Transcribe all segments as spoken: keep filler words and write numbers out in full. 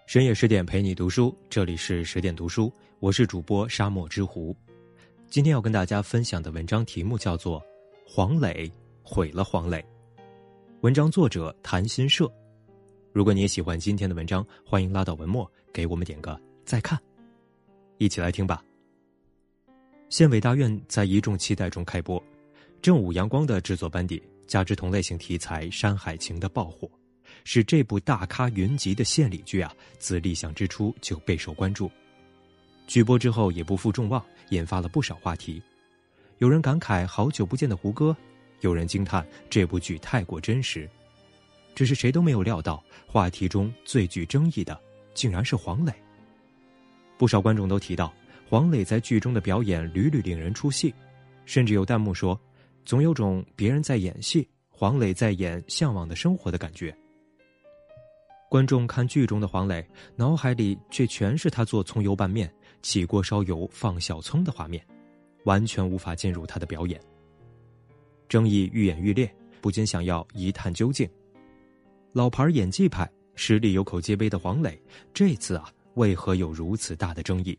深夜十点陪你读书，这里是十点读书，我是主播沙漠之狐。今天要跟大家分享的文章题目叫做《黄磊毁了黄磊》，文章作者谭新社。如果你也喜欢今天的文章，欢迎拉到文末给我们点个再看。一起来听吧。县委大院在一众期待中开播，正午阳光的制作班底，加之同类型题材《山海情》的爆火，使这部大咖云集的献礼剧啊，自立项之初就备受关注。剧播之后也不负众望，引发了不少话题。有人感慨好久不见的胡歌，有人惊叹这部剧太过真实。只是谁都没有料到，话题中最具争议的竟然是黄磊。不少观众都提到，黄磊在剧中的表演屡屡令人出戏，甚至有弹幕说，总有种别人在演戏，黄磊在演向往的生活的感觉。观众看剧中的黄磊，脑海里却全是他做葱油拌面、起锅烧油放小葱的画面，完全无法进入他的表演。争议愈演愈烈，不禁想要一探究竟。老牌演技派、实力有口皆碑的黄磊，这次啊，为何有如此大的争议？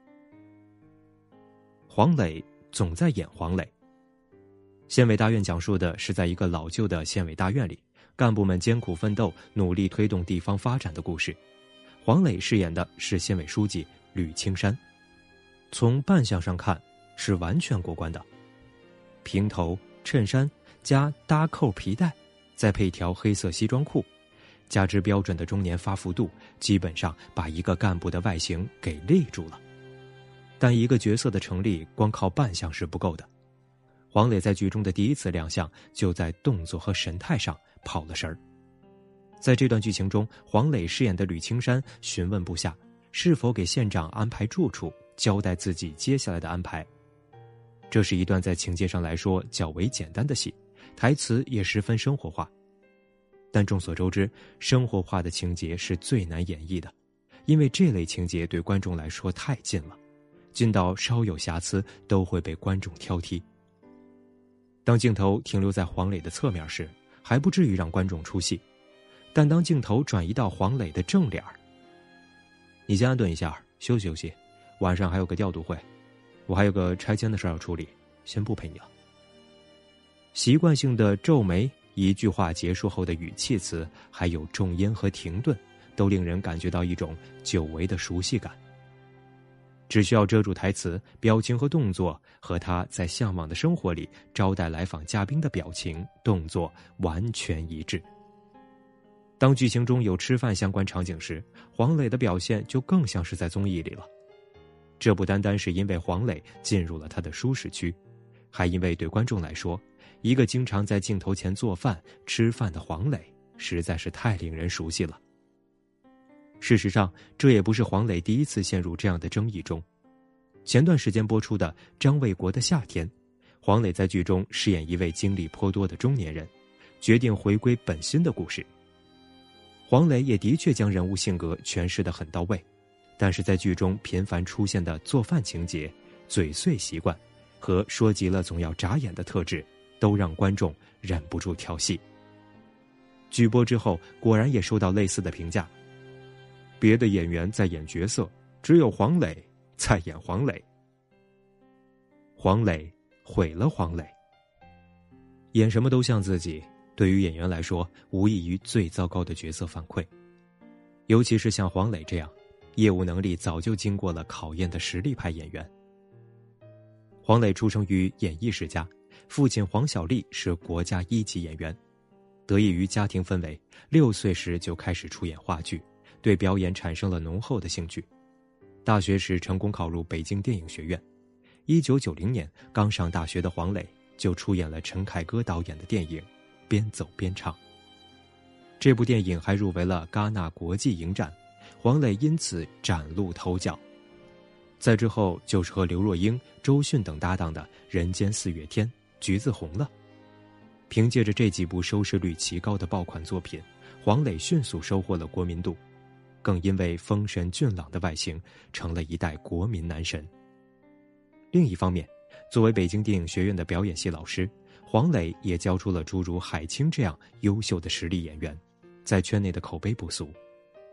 黄磊总在演黄磊。县委大院讲述的是在一个老旧的县委大院里，干部们艰苦奋斗，努力推动地方发展的故事。黄磊饰演的是县委书记吕青山。从扮相上看，是完全过关的。平头、衬衫加搭扣皮带，再配一条黑色西装裤，加之标准的中年发福度，基本上把一个干部的外形给立住了。但一个角色的成立，光靠扮相是不够的。黄磊在剧中的第一次亮相，就在动作和神态上跑了神儿。在这段剧情中，黄磊饰演的吕青山询问部下是否给县长安排住处，交代自己接下来的安排。这是一段在情节上来说较为简单的戏，台词也十分生活化。但众所周知，生活化的情节是最难演绎的，因为这类情节对观众来说太近了，近到稍有瑕疵都会被观众挑剔。当镜头停留在黄磊的侧面时，还不至于让观众出戏，但当镜头转移到黄磊的正脸，你先安顿一下，休息休息，晚上还有个调度会，我还有个拆迁的事要处理，先不陪你了。习惯性的皱眉，一句话结束后的语气词，还有重音和停顿，都令人感觉到一种久违的熟悉感。只需要遮住台词，表情和动作和他在向往的生活里招待来访嘉宾的表情动作完全一致。当剧情中有吃饭相关场景时，黄磊的表现就更像是在综艺里了。这不单单是因为黄磊进入了他的舒适区，还因为对观众来说，一个经常在镜头前做饭吃饭的黄磊实在是太令人熟悉了。事实上，这也不是黄磊第一次陷入这样的争议中。前段时间播出的《张卫国的夏天》，黄磊在剧中饰演一位经历颇多的中年人，决定回归本心的故事。黄磊也的确将人物性格诠释得很到位，但是在剧中频繁出现的做饭情节、嘴碎习惯和说急了总要眨眼的特质，都让观众忍不住跳戏。剧播之后，果然也收到类似的评价。别的演员在演角色，只有黄磊在演黄磊。黄磊毁了黄磊。演什么都像自己，对于演员来说，无异于最糟糕的角色反馈。尤其是像黄磊这样，业务能力早就经过了考验的实力派演员。黄磊出生于演艺世家，父亲黄小丽是国家一级演员。得益于家庭氛围，六岁时就开始出演话剧，对表演产生了浓厚的兴趣。大学时成功考入北京电影学院。一九九零年刚上大学的黄磊就出演了陈凯歌导演的电影《边走边唱》。这部电影还入围了戛纳国际影展，黄磊因此崭露头角。再之后就是和刘若英、周迅等搭档的《人间四月天》《橘子红了》。凭借着这几部收视率奇高的爆款作品，黄磊迅速收获了国民度，更因为丰神俊朗的外形，成了一代国民男神。另一方面，作为北京电影学院的表演系老师，黄磊也教出了诸如海清这样优秀的实力演员，在圈内的口碑不俗。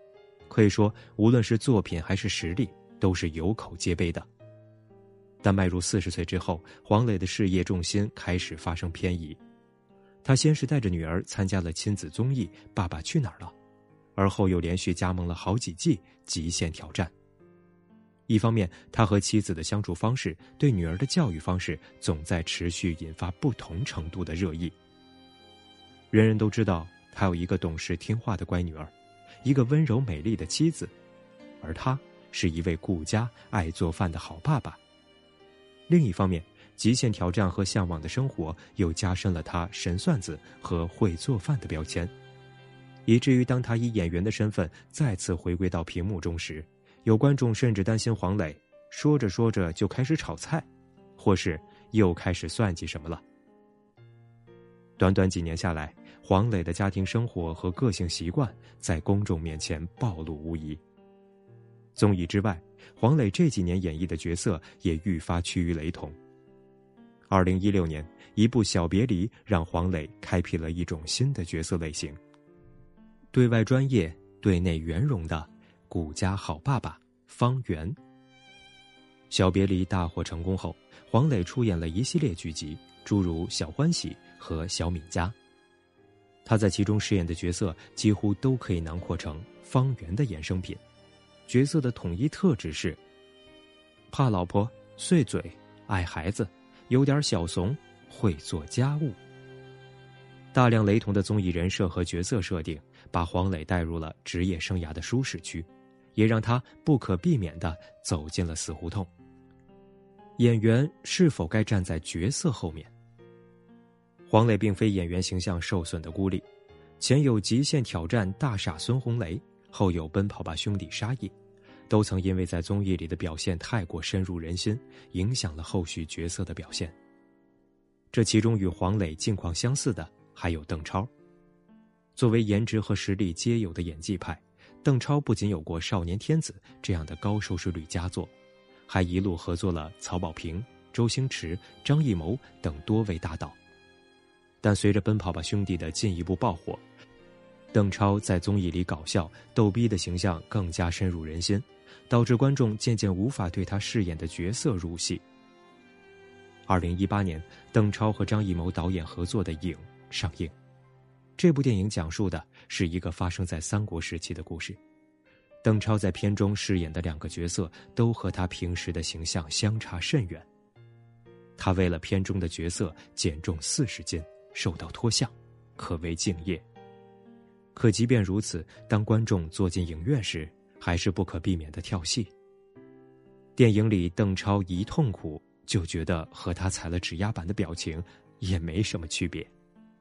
可以说无论是作品还是实力都是有口皆碑的。但迈入四十岁之后，黄磊的事业重心开始发生偏移。他先是带着女儿参加了亲子综艺《爸爸去哪儿了》，而后又连续加盟了好几季《极限挑战》。一方面，他和妻子的相处方式，对女儿的教育方式总在持续引发不同程度的热议。人人都知道他有一个懂事听话的乖女儿，一个温柔美丽的妻子，而他是一位顾家爱做饭的好爸爸。另一方面，极限挑战和向往的生活又加深了他神算子和会做饭的标签，以至于当他以演员的身份再次回归到屏幕中时，有观众甚至担心黄磊说着说着就开始炒菜，或是又开始算计什么了。短短几年下来，黄磊的家庭生活和个性习惯在公众面前暴露无遗。综艺之外，黄磊这几年演绎的角色也愈发趋于雷同。二零一六年，一部《小别离》让黄磊开辟了一种新的角色类型，对外专业、对内圆融的顾家好爸爸方圆。小别离大获成功后，黄磊出演了一系列剧集，诸如小欢喜和小敏家。他在其中饰演的角色几乎都可以囊括成方圆的衍生品，角色的统一特质是怕老婆、碎嘴、爱孩子、有点小怂、会做家务。大量雷同的综艺人设和角色设定，把黄磊带入了职业生涯的舒适区，也让他不可避免地走进了死胡同。演员是否该站在角色后面？黄磊并非演员形象受损的孤立，前有《极限挑战》大傻孙红雷，后有《奔跑吧兄弟》沙溢，都曾因为在综艺里的表现太过深入人心，影响了后续角色的表现。这其中与黄磊境况相似的还有邓超。作为颜值和实力皆有的演技派，邓超不仅有过《少年天子》这样的高收视率佳作，还一路合作了曹保平、周星驰、张艺谋等多位搭档。但随着《奔跑吧兄弟》的进一步爆火，邓超在综艺里搞笑逗逼的形象更加深入人心，导致观众渐渐无法对他饰演的角色入戏。二零一八年，邓超和张艺谋导演合作的《影》上映。这部电影讲述的是一个发生在三国时期的故事。邓超在片中饰演的两个角色都和他平时的形象相差甚远。他为了片中的角色减重四十斤，受到脱相，可谓敬业。可即便如此，当观众坐进影院时，还是不可避免的跳戏。电影里邓超一痛苦就觉得和他踩了指压板的表情也没什么区别。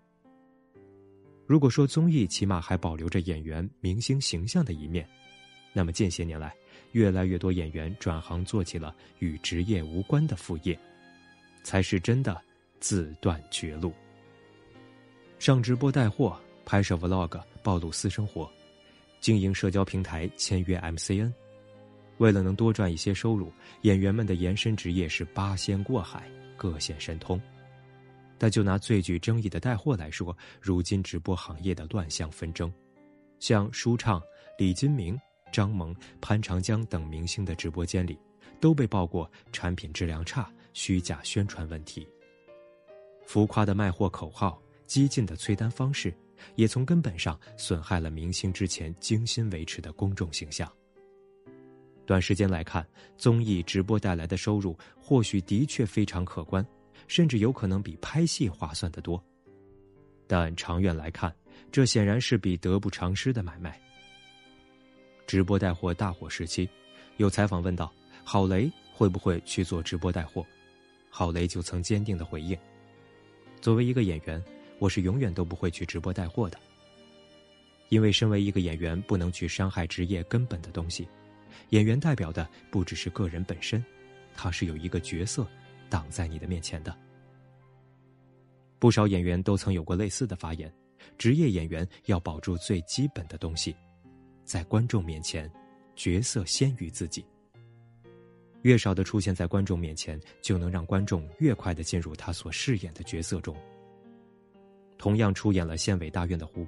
如果说综艺起码还保留着演员明星形象的一面，那么近些年来，越来越多演员转行做起了与职业无关的副业，才是真的自断绝路。上直播带货，拍摄 vlog 暴露私生活，经营社交平台签约 M C N。 为了能多赚一些收入，演员们的延伸职业是八仙过海，各显神通。但就拿最具争议的带货来说，如今直播行业的乱象纷争，像舒畅、李金铭、张萌、潘长江等明星的直播间里，都被曝过产品质量差、虚假宣传问题。浮夸的卖货口号、激进的催单方式，也从根本上损害了明星之前精心维持的公众形象。短时间来看，综艺直播带来的收入或许的确非常可观，甚至有可能比拍戏划算得多。但长远来看，这显然是笔得不偿失的买卖。直播带货大火时期，有采访问到郝蕾会不会去做直播带货，郝蕾就曾坚定地回应，作为一个演员，我是永远都不会去直播带货的。因为身为一个演员，不能去伤害职业根本的东西。演员代表的不只是个人本身，他是有一个角色挡在你的面前的。不少演员都曾有过类似的发言，职业演员要保住最基本的东西，在观众面前，角色先于自己。越少的出现在观众面前，就能让观众越快地进入他所饰演的角色中。同样出演了县委大院的胡歌，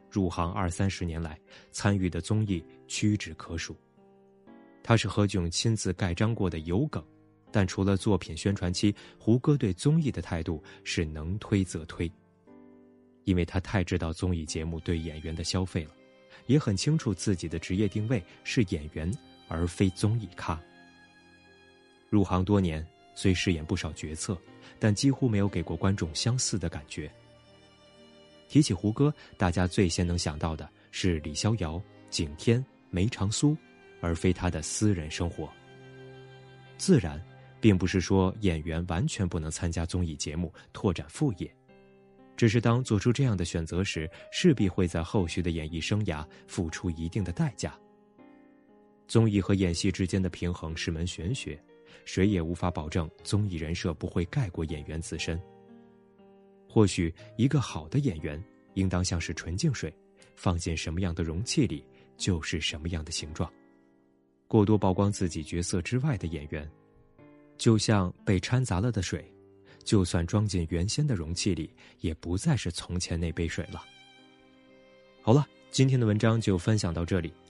入行二三十年来，参与的综艺屈指可数。他是何炅亲自盖章过的有梗，但除了作品宣传期，胡歌对综艺的态度是能推则推。因为他太知道综艺节目对演员的消费了，也很清楚自己的职业定位是演员而非综艺咖。入行多年，虽饰演不少角色，但几乎没有给过观众相似的感觉。提起胡歌，大家最先能想到的是李逍遥、景天、梅长苏，而非他的私人生活。自然，并不是说演员完全不能参加综艺节目拓展副业，只是当做出这样的选择时，势必会在后续的演艺生涯付出一定的代价。综艺和演戏之间的平衡是门玄学，谁也无法保证综艺人设不会盖过演员自身。或许一个好的演员应当像是纯净水，放进什么样的容器里就是什么样的形状。过多曝光自己角色之外的演员，就像被掺杂了的水，就算装进原先的容器里，也不再是从前那杯水了。好了，今天的文章就分享到这里，